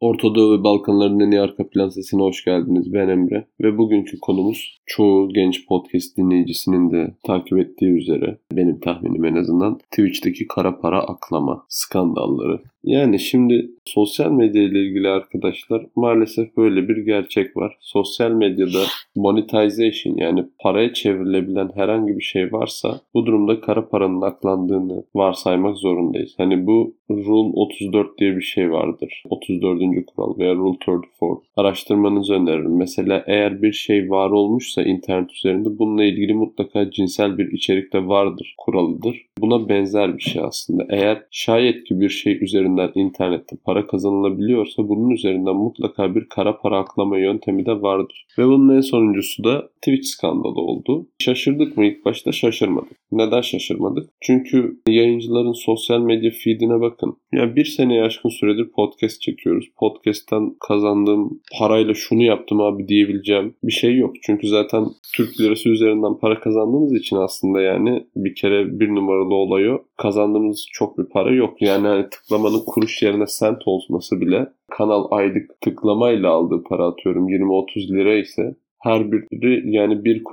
Orta Doğu ve Balkanların en iyi arka plan sesine hoş geldiniz. Ben Emre ve bugünkü konumuz çoğu genç podcast dinleyicisinin de takip ettiği üzere, benim tahminim en azından, Twitch'teki kara para aklama skandalları. Yani şimdi sosyal medya ile ilgili arkadaşlar maalesef böyle bir gerçek var. Sosyal medyada monetization, yani paraya çevrilebilen herhangi bir şey varsa bu durumda kara paranın aklandığını varsaymak zorundayız. Hani bu Rule 34 diye bir şey vardır. 34. kural veya Rule 34. Araştırmanızı öneririm. Mesela eğer bir şey var olmuşsa internet üzerinde bununla ilgili mutlaka cinsel bir içerik de vardır kuralıdır. Buna benzer bir şey aslında. Eğer şayet ki bir şey üzerinden internette para kazanılabiliyorsa bunun üzerinden mutlaka bir kara para aklama yöntemi de vardır. Ve bunun en sonuncusu da Twitch skandalı oldu. Şaşırdık mı? İlk başta şaşırmadık. Neden şaşırmadık? Çünkü yayıncıların sosyal medya feedine bakın. Yani bir seneye aşkın süredir podcast çekiyoruz. Podcast'ten kazandığım parayla şunu yaptım abi diyebileceğim bir şey yok. Çünkü zaten Türk lirası üzerinden para kazandığımız için aslında yani bir kere bir numaralı olay o. Kazandığımız çok bir para yok. Yani hani tıklamanın kuruş yerine sent olması bile, kanal aylık tıklamayla aldığı para atıyorum 20-30 lira ise her biri yani bir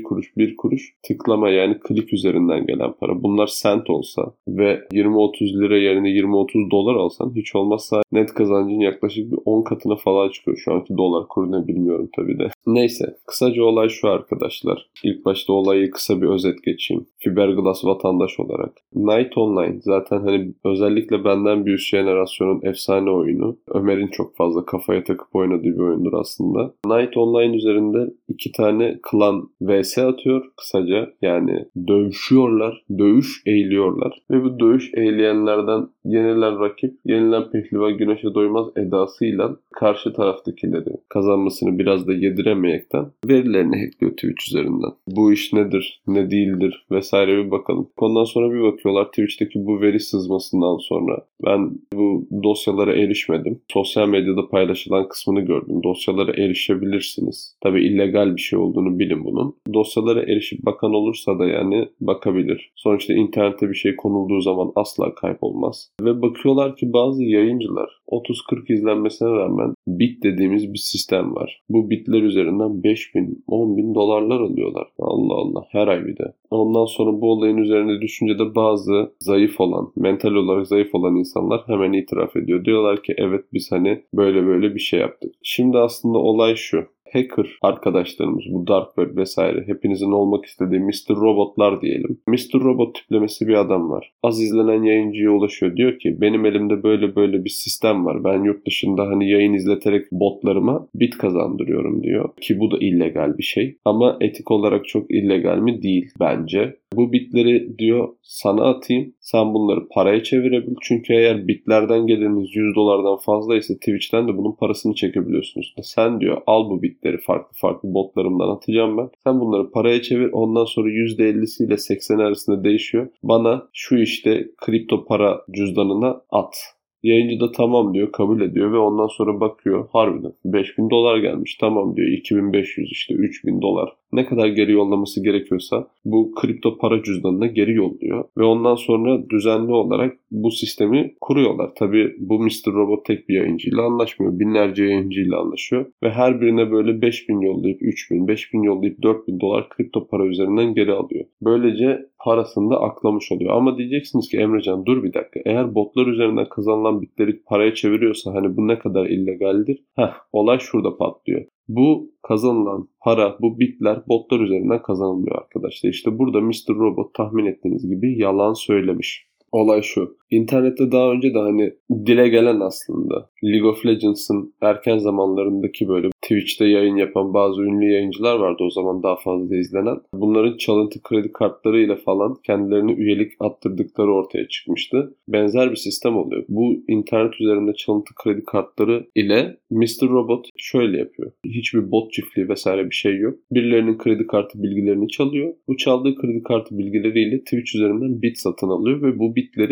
kuruş tıklama, yani klik üzerinden gelen para. Bunlar sent olsa ve 20-30 lira yerine 20-30 dolar alsan hiç olmazsa net kazancın yaklaşık bir 10 katına falan çıkıyor. Şu anki dolar kuru ne bilmiyorum tabii de. Neyse, kısaca olay şu arkadaşlar. İlk başta olayı kısa bir özet geçeyim. Fiberglass vatandaş olarak. Night Online zaten hani özellikle benden bir üst jenerasyonun efsane oyunu. Ömer'in çok fazla kafaya takıp oynadığı bir oyundur aslında. Night Online üzerinde iki tane klan vs atıyor kısaca. Yani dövüşüyorlar, dövüş eğiliyorlar. Ve bu dövüş eğleyenlerden yenilen rakip, yenilen pehlivan güneşe doymaz edasıyla karşı taraftakileri kazanmasını biraz da yediremeyekten verilerini hackliyor Twitch üzerinden. Bu iş nedir, ne değildir vesaire bir bakalım. Ondan sonra bir bakıyorlar Twitch'teki bu veri sızmasından sonra. Ben bu dosyalara erişmedim. Sosyal medyada paylaşılan kısmını gördüm. Dosyalara erişebilirsiniz. Tabii illegal bir şey olduğunu bilin bunun. Dosyalara erişip bakan olursa da yani bakabilir. Sonuçta internete bir şey konulduğu zaman asla kaybolmaz. Ve bakıyorlar ki bazı yayıncılar 30-40 izlenmesine rağmen bit dediğimiz bir sistem var. Bu bitler üzerinden 5.000-10.000 dolarlar alıyorlar. Allah Allah, her ay bir de. Ondan sonra bu olayın üzerine düşünce de bazı zayıf olan, mental olarak zayıf olan insanlar hemen itiraf ediyor. Diyorlar ki evet biz hani böyle bir şey yaptık. Şimdi aslında olay şu. Hacker arkadaşlarımız, bu Dark Web vesaire, hepinizin olmak istediği Mr. Robotlar diyelim. Mr. Robot tiplemesi bir adam var. Az izlenen yayıncıya ulaşıyor. Diyor ki benim elimde böyle bir sistem var. Ben yurt dışında hani yayın izleterek botlarıma bit kazandırıyorum diyor. Ki bu da illegal bir şey. Ama etik olarak çok illegal mi? Değil bence. Bu bitleri diyor sana atayım. Sen bunları paraya çevirebil. Çünkü eğer bitlerden geliriniz 100 dolardan fazlaysa Twitch'ten de bunun parasını çekebiliyorsunuz. Sen diyor al bu bitleri farklı botlarımdan atacağım ben. Sen bunları paraya çevir. Ondan sonra %50'si ile 80'i arasında değişiyor. Bana şu işte kripto para cüzdanına at. Yayıncı da tamam diyor, kabul ediyor ve ondan sonra bakıyor harbiden 5.000 dolar gelmiş, tamam diyor, 2.500 işte 3.000 dolar. Ne kadar geri yollaması gerekiyorsa bu kripto para cüzdanına geri yolluyor ve ondan sonra düzenli olarak bu sistemi kuruyorlar. Tabii bu Mr. Robot tek bir yayıncıyla anlaşmıyor. Binlerce yayıncıyla anlaşıyor ve her birine böyle 5.000 yollayıp 3.000, 5.000 yollayıp 4.000 dolar kripto para üzerinden geri alıyor. Böylece parasını da aklamış oluyor. Ama diyeceksiniz ki Emrecan dur bir dakika. Eğer botlar üzerinden kazanılan bitleri paraya çeviriyorsa hani bu ne kadar illegaldir? Olay şurada patlıyor. Bu kazanılan para, bu bitler botlar üzerinden kazanılmıyor arkadaşlar. İşte burada Mr. Robot tahmin ettiğiniz gibi yalan söylemiş. Olay şu. İnternette daha önce de hani dile gelen aslında League of Legends'ın erken zamanlarındaki böyle Twitch'te yayın yapan bazı ünlü yayıncılar vardı o zaman daha fazla izlenen. Bunların çalıntı kredi kartlarıyla falan kendilerine üyelik attırdıkları ortaya çıkmıştı. Benzer bir sistem oluyor. Bu internet üzerinde çalıntı kredi kartları ile Mr. Robot şöyle yapıyor. Hiçbir bot çiftliği vesaire bir şey yok. Birilerinin kredi kartı bilgilerini çalıyor. Bu çaldığı kredi kartı bilgileriyle Twitch üzerinden bit satın alıyor ve bu bitleri aklama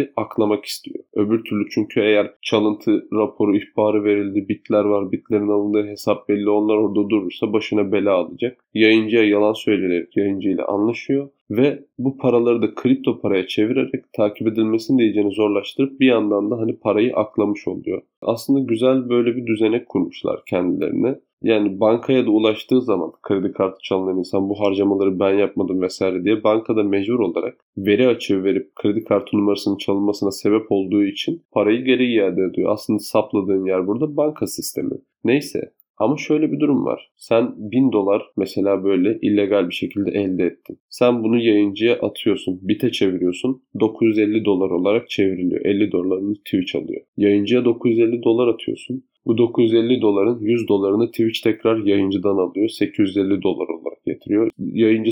aklamak istiyor. Öbür türlü çünkü eğer çalıntı raporu, ihbarı verildi, bitler var, bitlerin alındığı hesap belli, onlar orada durursa başına bela alacak. Yayıncıya yalan söyleyerek yayıncıyla anlaşıyor ve bu paraları da kripto paraya çevirerek takip edilmesini de iyicene zorlaştırıp bir yandan da hani parayı aklamış oluyor. Aslında güzel böyle bir düzenek kurmuşlar kendilerine. Yani bankaya da ulaştığı zaman kredi kartı çalınan insan bu harcamaları ben yapmadım vesaire diye bankada mecbur olarak veri açığı verip kredi kartı numarasının çalınmasına sebep olduğu için parayı geri iade ediyor. Aslında sapladığın yer burada banka sistemi. Neyse. Ama şöyle bir durum var. Sen $1000 mesela böyle illegal bir şekilde elde ettin. Sen bunu yayıncıya atıyorsun. Bit'e çeviriyorsun. $950 olarak çevriliyor. $50'ını Twitch alıyor. Yayıncıya $950 atıyorsun. Bu $950'ın $100'ını Twitch tekrar yayıncıdan alıyor. $850 olarak getiriyor. Yayıncı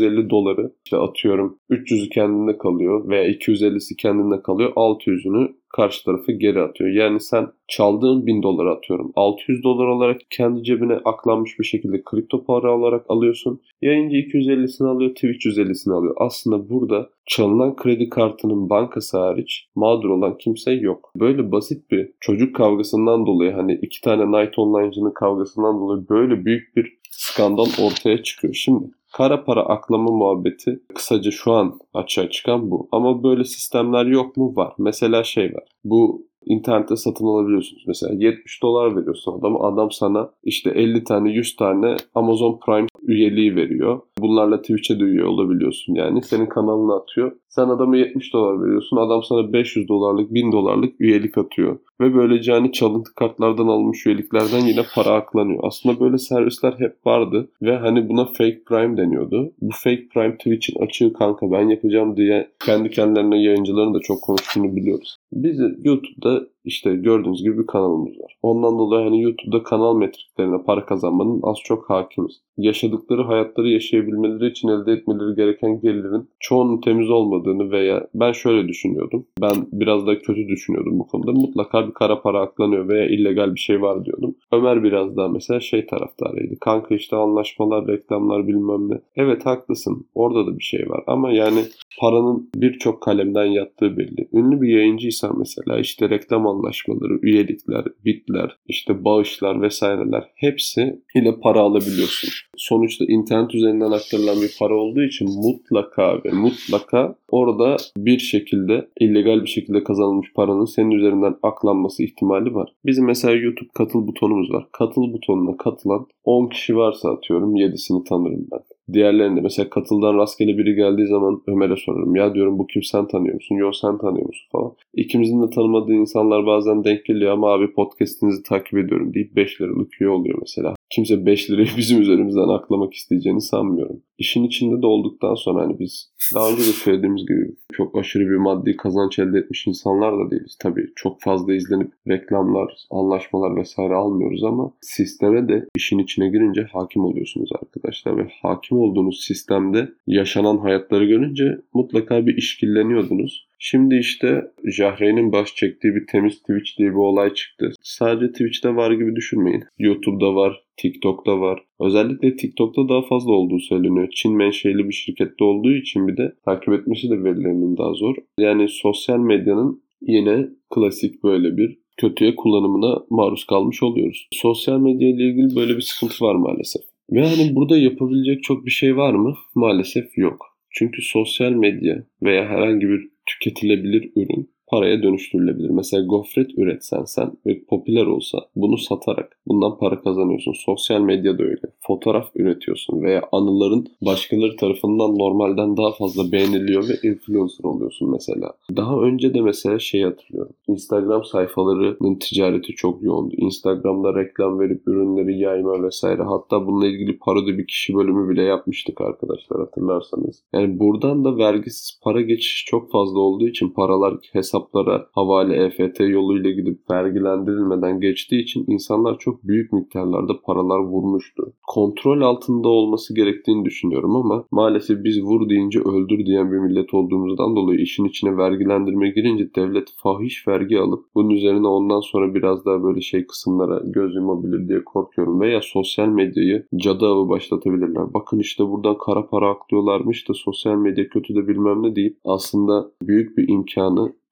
$850 işte atıyorum 300'ü kendinde kalıyor veya 250'si kendinde kalıyor. 600'ünü karşı tarafı geri atıyor. Yani sen çaldığın $1000 atıyorum. $600 olarak kendi cebine aklanmış bir şekilde kripto para olarak alıyorsun. Yayıncı 250'sini alıyor, Twitch 150'sini alıyor. Aslında burada çalınan kredi kartının bankası hariç mağdur olan kimse yok. Böyle basit bir çocuk kavgasından dolayı hani iki tane Night Online'cının kavgasından dolayı böyle büyük bir skandal ortaya çıkıyor. Şimdi kara para aklama muhabbeti kısaca şu an açığa çıkan bu. Ama böyle sistemler yok mu? Var. Mesela şey var. Bu internette satın alabiliyorsunuz. Mesela $70 veriyorsun adama. Adam sana işte 50 tane 100 tane Amazon Prime üyeliği veriyor. Bunlarla Twitch'e de üye olabiliyorsun yani. Senin kanalına atıyor. Sen adama $70 veriyorsun. Adam sana $500'lık, $1000'lık üyelik atıyor. Ve böylece hani çalıntı kartlardan alınmış üyeliklerden yine para aklanıyor. Aslında böyle servisler hep vardı. Ve hani buna fake prime deniyordu. Bu fake prime Twitch'in açığı kanka ben yapacağım diye kendi kendilerine yayıncıların da çok konuştuğunu biliyoruz. Biz de YouTube'da işte gördüğünüz gibi bir kanalımız var. Ondan dolayı hani YouTube'da kanal metriklerine para kazanmanın az çok hakimiz. Yaşadıkları hayatları yaşayabilmeleri için elde etmeleri gereken gelirin çoğunun temiz olmadığını veya ben şöyle düşünüyordum. Ben biraz da kötü düşünüyordum bu konuda. Mutlaka bir kara para aklanıyor veya illegal bir şey var diyordum. Ömer biraz daha mesela şey taraftarıydı. Kanka işte anlaşmalar, reklamlar bilmem ne. Evet haklısın. Orada da bir şey var. Ama yani paranın birçok kalemden yattığı belli. Ünlü bir yayıncıysan mesela işte reklam anlaşmaları, üyelikler, bitler, işte bağışlar vesaireler hepsi ile para alabiliyorsun. Sonuçta internet üzerinden aktarılan bir para olduğu için mutlaka ve mutlaka orada bir şekilde illegal bir şekilde kazanılmış paranın senin üzerinden aklanması ihtimali var. Bizim mesela YouTube katıl butonumuz var. Katıl butonuna katılan 10 kişi varsa atıyorum 7'sini tanırım ben. Diğerlerinde mesela katıldan rastgele biri geldiği zaman Ömer'e sorarım. Ya diyorum bu kim sen tanıyor musun? Yok sen tanıyor musun falan. İkimizin de tanımadığı insanlar bazen denk geliyor ama abi podcast'inizi takip ediyorum deyip 5 liralık üye oluyor mesela. Kimse 5 lirayı bizim üzerimizden aklamak isteyeceğini sanmıyorum. İşin içinde de olduktan sonra hani biz daha önce de söylediğimiz gibi çok aşırı bir maddi kazanç elde etmiş insanlar da değiliz. Tabii çok fazla izlenip reklamlar, anlaşmalar vesaire almıyoruz ama sisteme de işin içine girince hakim oluyorsunuz arkadaşlar ve hakim olduğunuz sistemde yaşanan hayatları görünce mutlaka bir işkilleniyordunuz. Şimdi işte Jahreyn'in baş çektiği bir temiz Twitch diye bir olay çıktı. Sadece Twitch'te var gibi düşünmeyin. YouTube'da var, TikTok'ta var. Özellikle TikTok'ta daha fazla olduğu söyleniyor. Çin menşeli bir şirkette olduğu için bir de takip etmesi de verilerinin daha zor. Yani sosyal medyanın yine klasik böyle bir kötüye kullanımına maruz kalmış oluyoruz. Sosyal medya ile ilgili böyle bir sıkıntı var maalesef. Ve hani burada yapabilecek çok bir şey var mı? Maalesef yok. Çünkü sosyal medya veya herhangi bir tüketilebilir ürün paraya dönüştürülebilir. Mesela gofret üretsen sen ve popüler olsa bunu satarak bundan para kazanıyorsun. Sosyal medyada öyle. Fotoğraf üretiyorsun veya anıların başkaları tarafından normalden daha fazla beğeniliyor ve influencer oluyorsun mesela. Daha önce de mesela şey hatırlıyorum. Instagram sayfalarının ticareti çok yoğundu. Instagram'da reklam verip ürünleri yayma vesaire. Hatta bununla ilgili parodi bir kişi bölümü bile yapmıştık arkadaşlar hatırlarsanız. Yani buradan da vergisiz para geçişi çok fazla olduğu için paralar hesaplara havale EFT yoluyla gidip vergilendirilmeden geçtiği için insanlar çok büyük miktarlarda paralar vurmuştu. Kontrol altında olması gerektiğini düşünüyorum ama maalesef biz vur deyince öldür diyen bir millet olduğumuzdan dolayı işin içine vergilendirme girince devlet fahiş vergi alıp bunun üzerine ondan sonra biraz daha böyle şey kısımlara göz yumabilir diye korkuyorum. Veya sosyal medyayı cadı avı başlatabilirler. Bakın işte buradan kara para aklıyorlarmış da sosyal medya kötü de bilmem ne deyip aslında büyük bir imkanı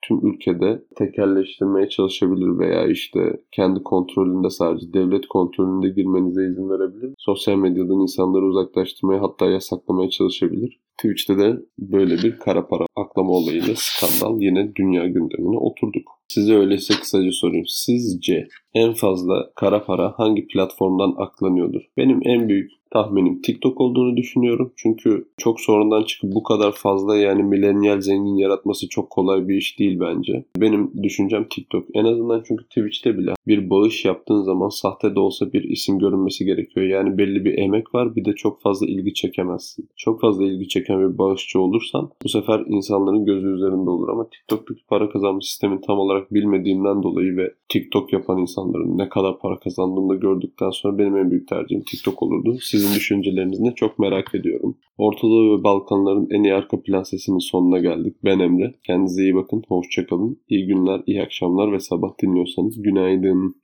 tüm ülkede tekelleştirmeye çalışabilir veya işte kendi kontrolünde, sadece devlet kontrolünde girmenize izin verebilir. Sosyal medyadan insanları uzaklaştırmaya, hatta yasaklamaya çalışabilir. Twitch'te de böyle bir kara para aklama olayıyla skandal yine dünya gündemine oturduk. Size öyleyse kısaca sorayım. Sizce en fazla kara para hangi platformdan aklanıyordur? Benim en büyük tahminim TikTok olduğunu düşünüyorum. Çünkü çok sonradan çıkıp bu kadar fazla, yani milenyal zengin yaratması çok kolay bir iş değil bence. Benim düşüncem TikTok. En azından çünkü Twitch'te bile bir bağış yaptığın zaman sahte de olsa bir isim görünmesi gerekiyor. Yani belli bir emek var, bir de çok fazla ilgi çekemezsin. Çok fazla ilgi çeken bir bağışçı olursan bu sefer insanların gözü üzerinde olur, ama TikTok'taki para kazanma sistemin tam olarak bilmediğimden dolayı ve TikTok yapan insanların ne kadar para kazandığını da gördükten sonra benim en büyük tercihim TikTok olurdu. Sizin düşüncelerinizi ne çok merak ediyorum. Orta Doğu ve Balkanların en iyi arka plan sesinin sonuna geldik. Ben Emre. Kendinize iyi bakın. Hoşça kalın. İyi günler, iyi akşamlar ve sabah dinliyorsanız günaydın.